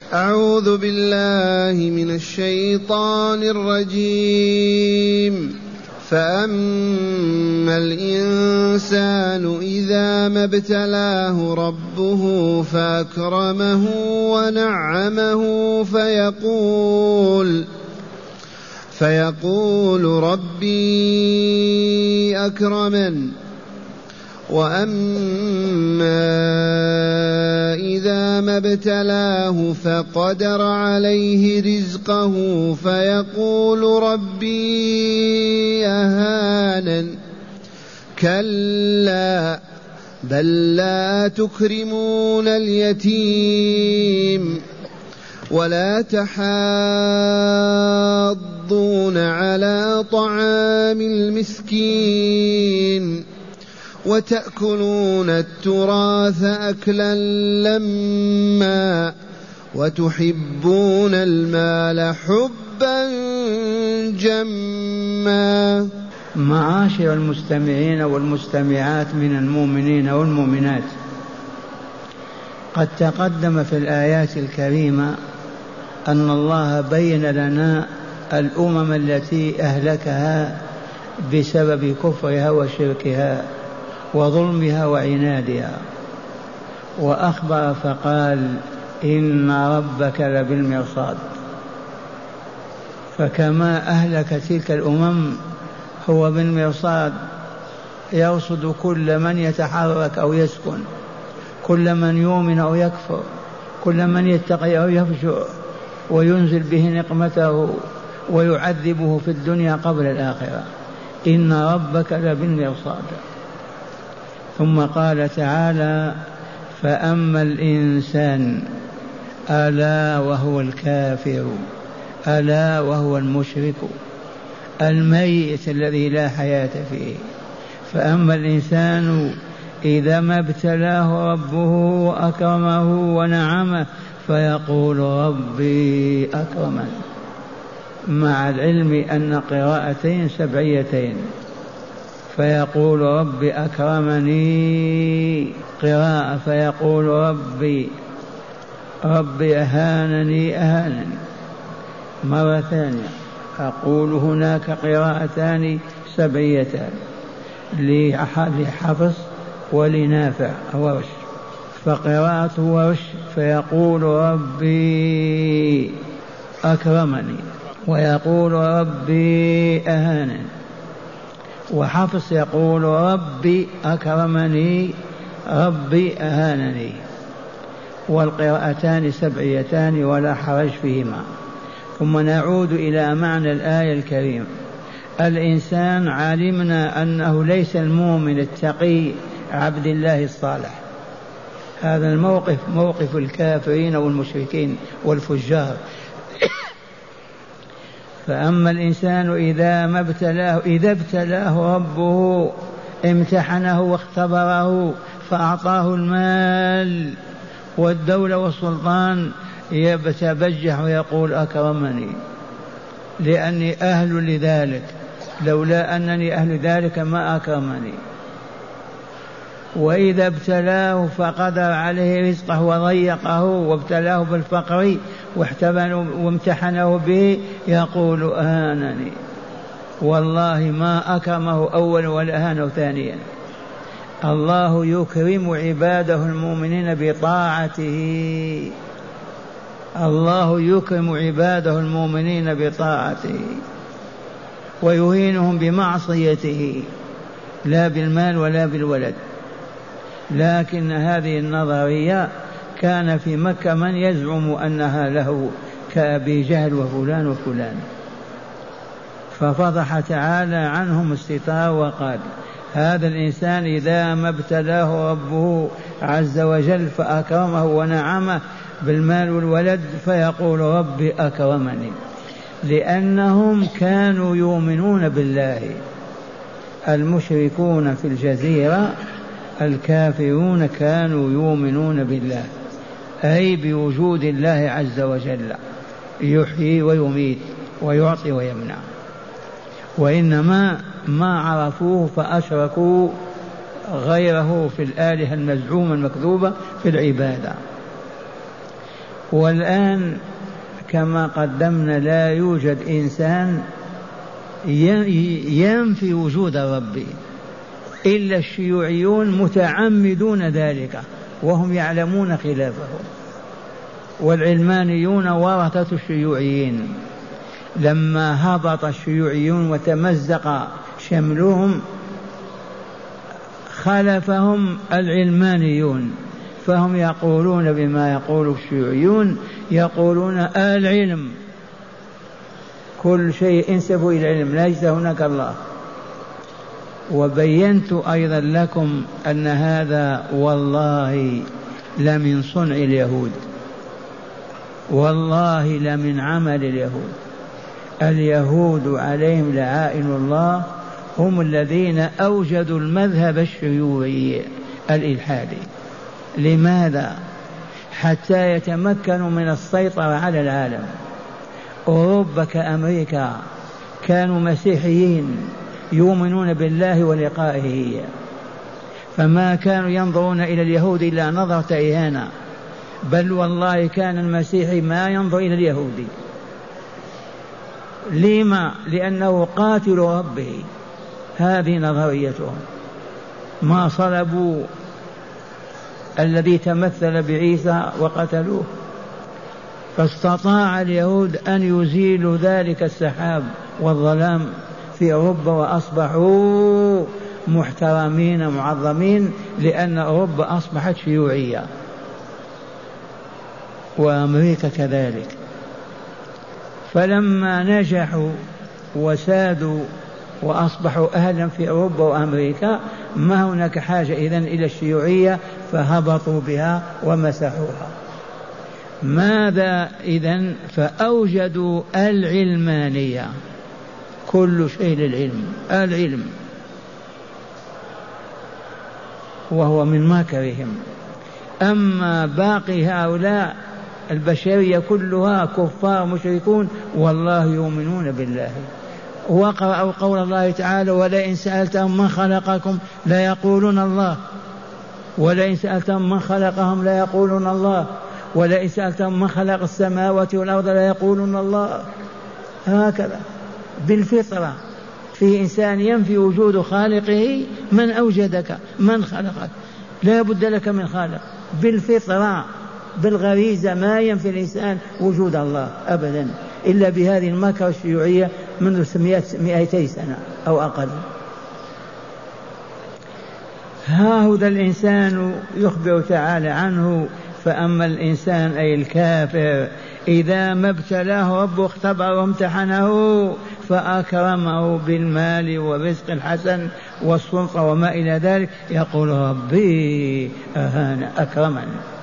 أعوذ بالله من الشيطان الرجيم. فأما الإنسان إذا ما ابتلاه ربه فأكرمه ونعمه فيقول ربي أكرمن. وأما إذا ما ابتلاه فقدر عليه رزقه فيقول ربي أهانن. كلا بل لا تكرمون اليتيم ولا تحاضون على طعام المسكين وتأكلون التراث أكلا لما وتحبون المال حبا جما. معاشر المستمعين والمستمعات من المؤمنين والمؤمنات، قد تقدم في الآيات الكريمة أن الله بين لنا الأمم التي أهلكها بسبب كفرها وشركها وظلمها وعنادها، وأخبر فقال إن ربك لبالمرصاد. فكما أهلك تلك الأمم هو بالمرصاد، يرصد كل من يتحرك أو يسكن، كل من يؤمن أو يكفر، كل من يتقي أو يفجر، وينزل به نقمته ويعذبه في الدنيا قبل الآخرة. إن ربك لبالمرصاد. ثم قال تعالى فأما الإنسان ألا وهو الكافر، ألا وهو المشرك الميت الذي لا حياة فيه. فأما الإنسان إذا ما ابتلاه ربه وأكرمه ونعمه فيقول ربي أكرمن، مع العلم أن قراءتين سبعيتين. فيقول ربي أكرمني قراءة، فيقول ربي أهانني أهانني مرة ثانية. أقول هناك قراءتان سبعيتان لحفص ولنافع ورش. فقراءة ورش فيقول ربي أكرمني ويقول ربي أهانني، وحفص يقول ربي أكرمني ربي أهانني. والقراءتان سبعيتان ولا حرج فيهما. ثم نعود إلى معنى الآية الكريمة. الإنسان علمنا أنه ليس المؤمن التقي عبد الله الصالح، هذا الموقف موقف الكافرين والمشركين والفجار. فأما الإنسان إذا ابتلاه ربه، امتحنه واختبره فأعطاه المال والدولة والسلطان، يتبجح ويقول أكرمني لأني أهل لذلك، لولا أنني أهل ذلك ما أكرمني. وإذا ابتلاه فقدر عليه رزقه وضيقه وابتلاه بالفقر وامتحنه به يقول أهانني. والله ما أكرمه أولا ولا أهانه ثانيا. الله يكرم عباده المؤمنين بطاعته، الله يكرم عباده المؤمنين بطاعته ويهينهم بمعصيته، لا بالمال ولا بالولد. لكن هذه النظرية كان في مكة من يزعم أنها له كأبي جهل وفلان وفلان، ففضح تعالى عنهم الستار وقال هذا الإنسان إذا ما ابتلاه ربه عز وجل فأكرمه ونعمه بالمال والولد فيقول ربي أكرمني، لأنهم كانوا يؤمنون بالله. المشركون في الجزيرة الكافرون كانوا يؤمنون بالله، أي بوجود الله عز وجل يحيي ويميت ويعطي ويمنع، وإنما ما عرفوه فأشركوا غيره في الآلهة المزعومة المكذوبة في العبادة. والآن كما قدمنا لا يوجد إنسان ينفي وجود ربه إلا الشيوعيون متعمدون ذلك وهم يعلمون خلافه، والعلمانيون ورثة الشيوعيين. لما هبط الشيوعيون وتمزق شملهم خلفهم العلمانيون، فهم يقولون بما يقول الشيوعيون، يقولون العلم كل شيء انسبوا إلى العلم، ليس هناك الله. وبينت أيضا لكم أن هذا والله لمن صنع اليهود، والله لمن عمل اليهود. اليهود عليهم لعائن الله هم الذين أوجدوا المذهب الشيوعي الإلحادي. لماذا؟ حتى يتمكنوا من السيطرة على العالم. أوروبا كأمريكا كانوا مسيحيين يؤمنون بالله ولقائه، فما كانوا ينظرون إلى اليهود إلا نظرة إهانة، بل والله كان المسيحي ما ينظر إلى اليهودي. لما؟ لأنه قاتل ربه. هذه نظريتهم. ما صلبوا الذي تمثل بعيسى وقتلوه، فاستطاع اليهود أن يزيلوا ذلك السحاب والظلام في أوروبا، وأصبحوا محترمين معظمين، لأن أوروبا أصبحت شيوعية، وأمريكا كذلك. فلما نجحوا وسادوا وأصبحوا أهلا في أوروبا وأمريكا، ما هناك حاجة إذن إلى الشيوعية، فهبطوا بها ومسحوها. ماذا إذن؟ فأوجدوا العلمانية، كل شيء للعلم، العلم، وهو من مكرهم. أما باقي هؤلاء البشرية كلها كفار مشركون، والله يؤمنون بالله. وقرأوا قول الله تعالى: ولئن سألتهم من خلقكم لا يقولون الله، ولئن سألتهم من خلقهم لا يقولون الله، ولئن سألتهم من خلق السماوات والأرض لا يقولون الله. هكذا بالفطرة، في إنسان ينفي وجود خالقه. من أوجدك؟ من خلقك؟ لا بد لك من خالق. بالفطرة بالغريزة ما ينفي الإنسان وجود الله أبدا، إلا بهذه المكر الشيوعية منذ 200 سنة أو أقل. هذا الإنسان يخبر تعالى عنه. فأما الإنسان أي الكافر إذا ما ابتلاه ربه اختبره وامتحنه فأكرمه بالمال والرزق الحسن والسلطة وما إلى ذلك، يقول: ربي أهان أكرمني.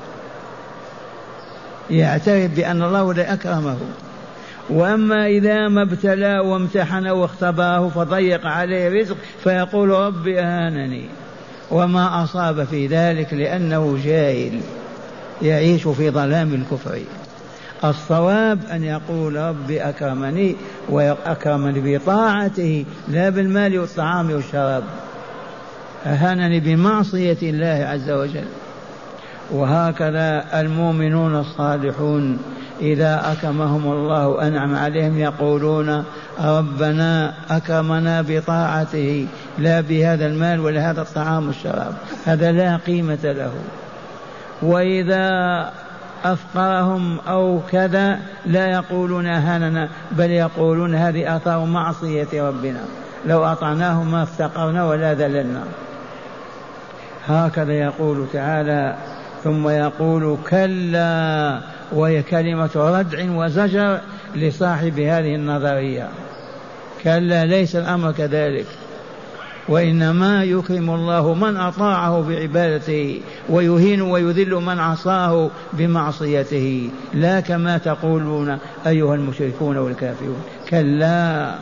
يعترف بأن الله لا أكرمه. وأما إذا ما ابتلاه وامتحنه واختبره فضيق عليه رزق فيقول: ربي أهانني. وما أصاب في ذلك لأنه جاهل يعيش في ظلام الكفر. الصواب أن يقول: ربي أكرمني، وأكرمني بطاعته لا بالمال والطعام والشراب. أهانني بمعصية الله عز وجل. وهكذا المؤمنون الصالحون إذا أكرمهم الله أنعم عليهم يقولون: ربنا أكرمنا بطاعته لا بهذا المال ولا هذا الطعام والشراب، هذا لا قيمة له. وإذا أفقرهم أو كذا لا يقولون أهاننا، بل يقولون هذه آثار معصية ربنا، لو أطعناه ما افتقرنا ولا ذللنا. هكذا يقول تعالى. ثم يقول: كلا، وهي كلمة ردع وزجر لصاحب هذه النظرية. كلا، ليس الأمر كذلك، وإنما يكرم الله من أطاعه بعبادته ويهين ويذل من عصاه بمعصيته، لا كما تقولون أيها المشركون والكافرون. كلا،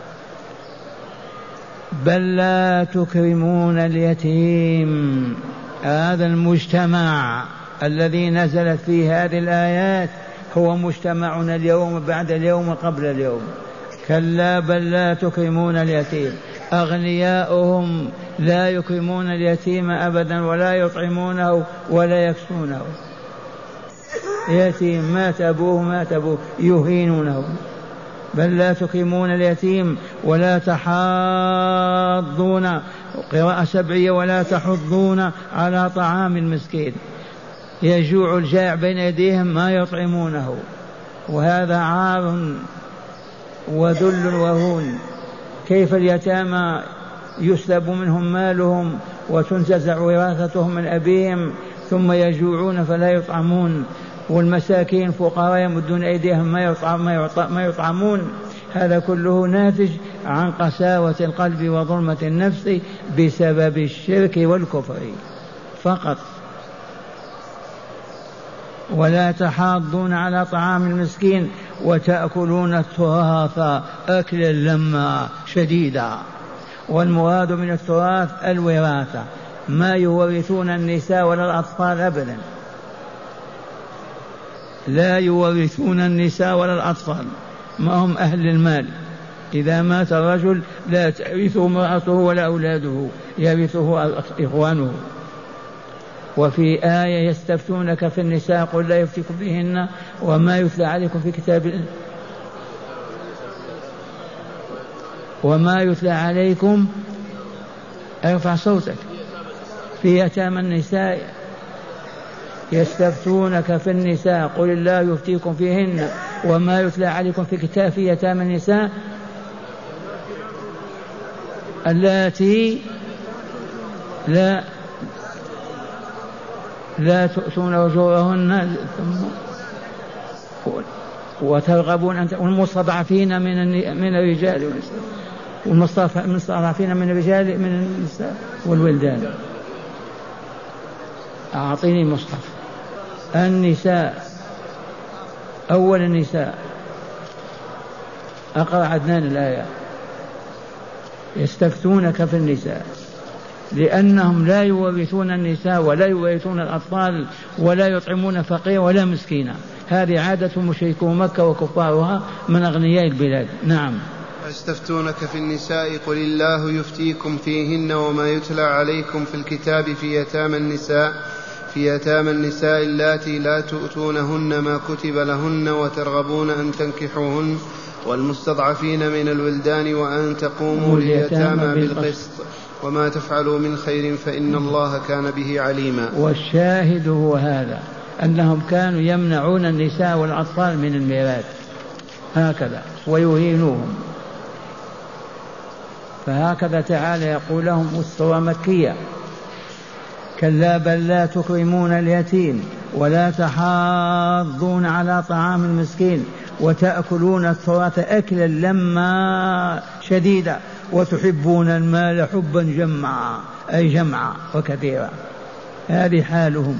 بل لا تكرمون اليتيم. هذا المجتمع الذي نزلت فيه هذه الآيات هو مجتمعنا اليوم بعد اليوم قبل اليوم. كلا، بل لا تكرمون اليتيم. أغنياؤهم لا يكرمون اليتيم أبدا، ولا يطعمونه ولا يكسونه. يتيم مات أبوه يهينونه. بل لا تكرمون اليتيم ولا تحاضون، قراءة سبعية، ولا تحضون على طعام المسكين. يجوع الجائع بين يديهم ما يطعمونه، وهذا عار وذل وهون. كيف اليتامى يسلب منهم مالهم وتنتزع وراثتهم من أبيهم ثم يجوعون فلا يطعمون، والمساكين فقراء يمدون أيديهم ما يطعمون. هذا كله ناتج عن قساوة القلب وظلمة النفس بسبب الشرك والكفر فقط. ولا تحاضون على طعام المسكين وتأكلون التراث أكلا لما شديدا. والمراد من التراث الوراثة، ما يورثون النساء ولا الأطفال أبدا، لا يورثون النساء ولا الأطفال، ما هم أهل المال. إذا مات الرجل لا ترثه امرأته ولا أولاده، يرثه إخوانه. وفي آية يستفتونك في النساء قل لا يفتيكم فيهن وما يتلى عليكم في كتاب وما يتلى عليكم، ارفع صوتك، في يتامى النساء. يستفتونك في النساء قل الله يفتيكم فيهن وما يتلى عليكم في كتاب في يتامى النساء اللاتي لا تؤتون أجورهن وترغبون أن والمستضعفين من الرجال والمستضعفين من الرجال من النساء والولدان. أعطيني مصحف. النساء، أول النساء، أقرأ عدنان الآية. يستفتونك في النساء لأنهم لا يورثون النساء ولا يورثون الأطفال ولا يطعمون فقير ولا مسكينا. هذه عادة مشركو مكة وكفارها من أغنياء البلاد. نعم. يستفتونك في النساء قل الله يفتيكم فيهن وما يتلى عليكم في الكتاب في يتامى النساء اللاتي لا تؤتونهن ما كتب لهن وترغبون أن تنكحوهن والمستضعفين من الولدان وأن تقوموا لليتامى بالقسط وما تفعلوا من خير فإن الله كان به عليما. والشاهد هو هذا، أنهم كانوا يمنعون النساء والأطفال من الميراث هكذا ويهينوهم. فهكذا تعالى يقول لهم أسطورة مكية: كلا بل لا تكرمون اليتيم ولا تحاضون على طعام المسكين وتأكلون التراث أكلا لما شديدا وتحبون المال حبا جمعا، أي جمعا وكثيرا. هذه حالهم.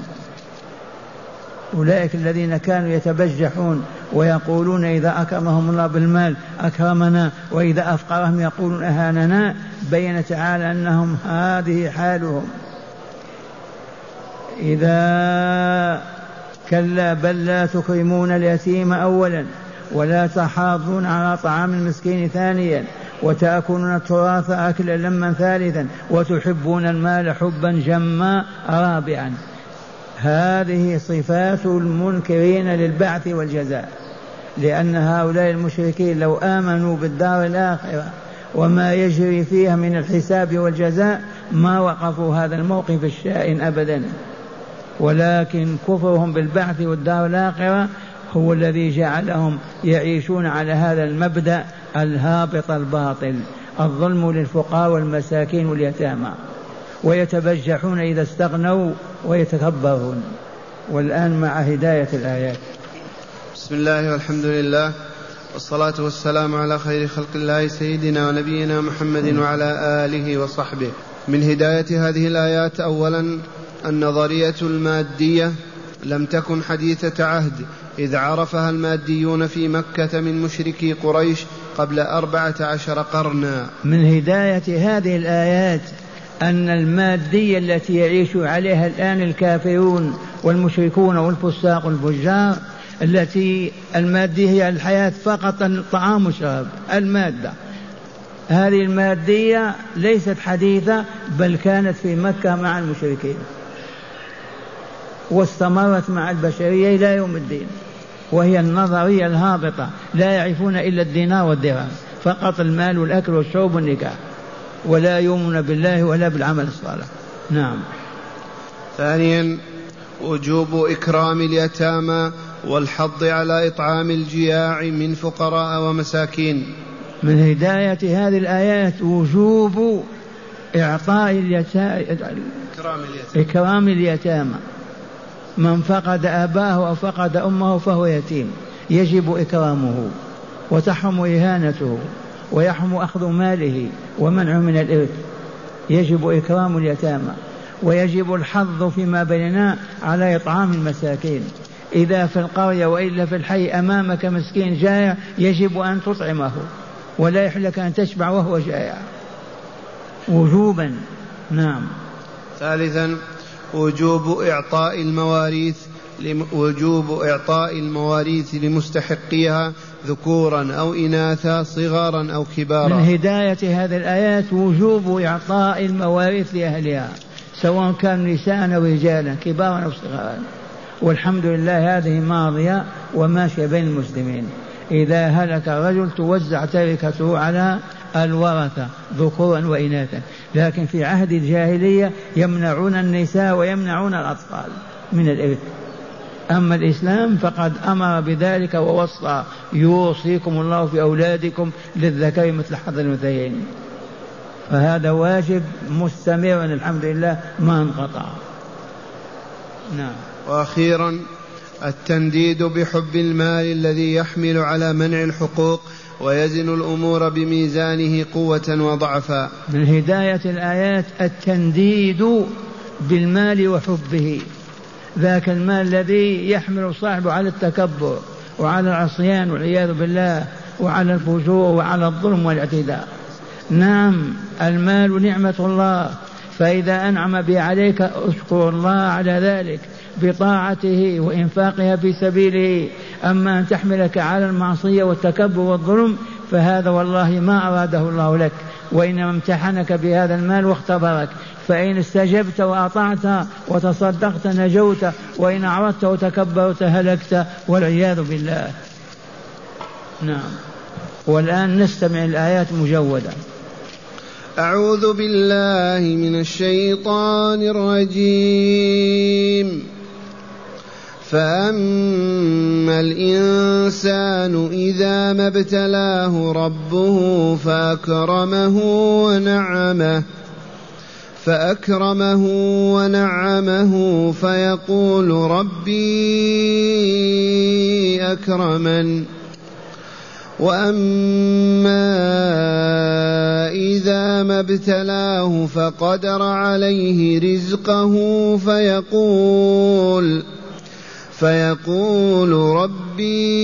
أولئك الذين كانوا يتبجحون ويقولون إذا أكرمهم الله بالمال أكرمنا وإذا أفقرهم يقولون أهاننا. بين تعالى أنهم هذه حالهم. إذا كلا بل لا تكرمون اليتيم أولا ولا تحاضون على طعام المسكين ثانيا وتأكلون التراث أكلا لما ثالثا وتحبون المال حبا جما رابعا. هذه صفات المنكرين للبعث والجزاء، لأن هؤلاء المشركين لو آمنوا بالدار الآخرة وما يجري فيها من الحساب والجزاء ما وقفوا هذا الموقف الشائن أبدا. ولكن كفرهم بالبعث والدار الآخرة هو الذي جعلهم يعيشون على هذا المبدأ الهابط الباطل، الظلم للفقراء والمساكين واليتامى، ويتبجحون إذا استغنوا ويتكبرون. والآن مع هداية الآيات. بسم الله والحمد لله والصلاة والسلام على خير خلق الله سيدنا ونبينا محمد وعلى آله وصحبه. من هداية هذه الآيات: أولا النظرية المادية لم تكن حديثة عهد، إذ عرفها الماديون في مكة من مشركي قريش قبل 14 قرنا. من هداية هذه الآيات أن المادية التي يعيش عليها الآن الكافرون والمشركون والفساق والفجار، التي المادية هي الحياة فقط، الطعام والشراب، المادة، هذه المادية ليست حديثة بل كانت في مكة مع المشركين. واستمرت مع البشرية إلى يوم الدين، وهي النظرية الهابطة، لا يعرفون إلا الدينار والدرهم فقط، المال والأكل والشرب والنكاح، ولا يؤمنون بالله ولا بالعمل الصالح. نعم. ثانيا وجوب إكرام اليتامى والحض على إطعام الجياع من فقراء ومساكين. من هداية هذه الآيات وجوب إعطاء إكرام اليتامى. من فقد أباه أو فقد أمه فهو يتيم، يجب إكرامه وتحرم إهانته ويحرم أخذ ماله ومنعه من الإرث. يجب إكرام اليتامى، ويجب الحظ فيما بيننا على إطعام المساكين. إذا في القرية وإلا في الحي أمامك مسكين جائع يجب أن تطعمه، ولا يحل لك أن تشبع وهو جائع وجوبا. نعم. ثالثا وجوب إعطاء المواريث لمستحقيها ذكورا أو إناثا صغارا أو كبارا. من هداية هذه الآيات وجوب إعطاء المواريث لأهلها، سواء كانوا نساء أو رجالا كبارا أو صغارا، والحمد لله هذه ماضية وماشية بين المسلمين. إذا هلك رجل توزع تركته على الورثة ذكورا وإناثا، لكن في عهد الجاهلية يمنعون النساء ويمنعون الأطفال من الإرث. أما الإسلام فقد أمر بذلك ووصى: يوصيكم الله في أولادكم للذكر مثل حظ الأنثيين. فهذا واجب مستمر الحمد لله ما انقطع. نعم. وأخيرا التنديد بحب المال الذي يحمل على منع الحقوق ويزن الأمور بميزانه قوة وضعفا. من هداية الآيات التنديد بالمال وحبه، ذاك المال الذي يحمل صاحبه على التكبر وعلى العصيان والعياذ بالله وعلى الفجور وعلى الظلم والاعتداء. نعم، المال نعمة الله، فإذا أنعم به عليك اشكر الله على ذلك بطاعته وإنفاقها في سبيله. أما أن تحملك على المعصية والتكبر والظلم فهذا والله ما أراده الله لك، وإنما امتحنك بهذا المال واختبرك، فإن استجبت وأطعت وتصدقت نجوت، وإن أعرضت وتكبرت هلكت والعياذ بالله. نعم. والآن نستمع الآيات مجودة. أعوذ بالله من الشيطان الرجيم. فأما الإنسان إذا ما ابتلاه ربه فأكرمه ونعمه فيقول ربي أكرمن. وأما إذا ما ابتلاه فقدر عليه رزقه فيقول ربي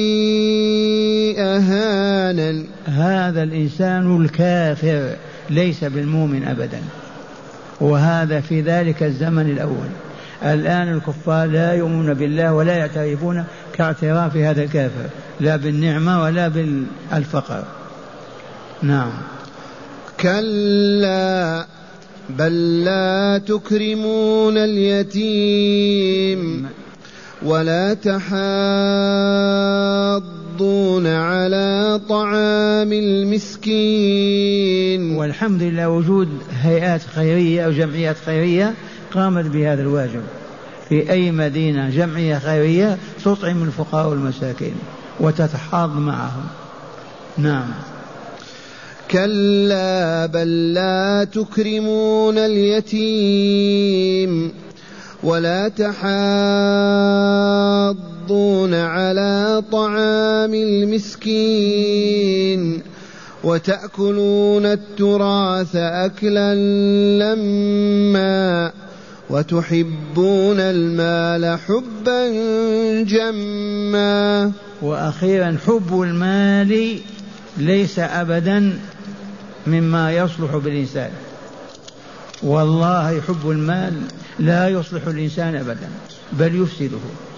أهانن. هذا الإنسان الكافر ليس بالمؤمن أبدا، وهذا في ذلك الزمن الأول. الآن الكفار لا يؤمنون بالله ولا يعترفون كاعتراف هذا الكافر، لا بالنعمة ولا بالفقر. نعم. كلا بل لا تكرمون اليتيم ولا تحاضون على طعام المسكين. والحمد لله وجود هيئات خيرية أو جمعيات خيرية قامت بهذا الواجب في أي مدينة، جمعية خيرية تطعم الفقراء والمساكين وتتحاض معهم. نعم. كلا بل لا تكرمون اليتيم ولا تحاضون على طعام المسكين وتأكلون التراث أكلا لما وتحبون المال حبا جما. وأخيرا حب المال ليس أبدا مما يصلح بالإنسان، والله حب المال لا يصلح الإنسان أبدا بل يفسده.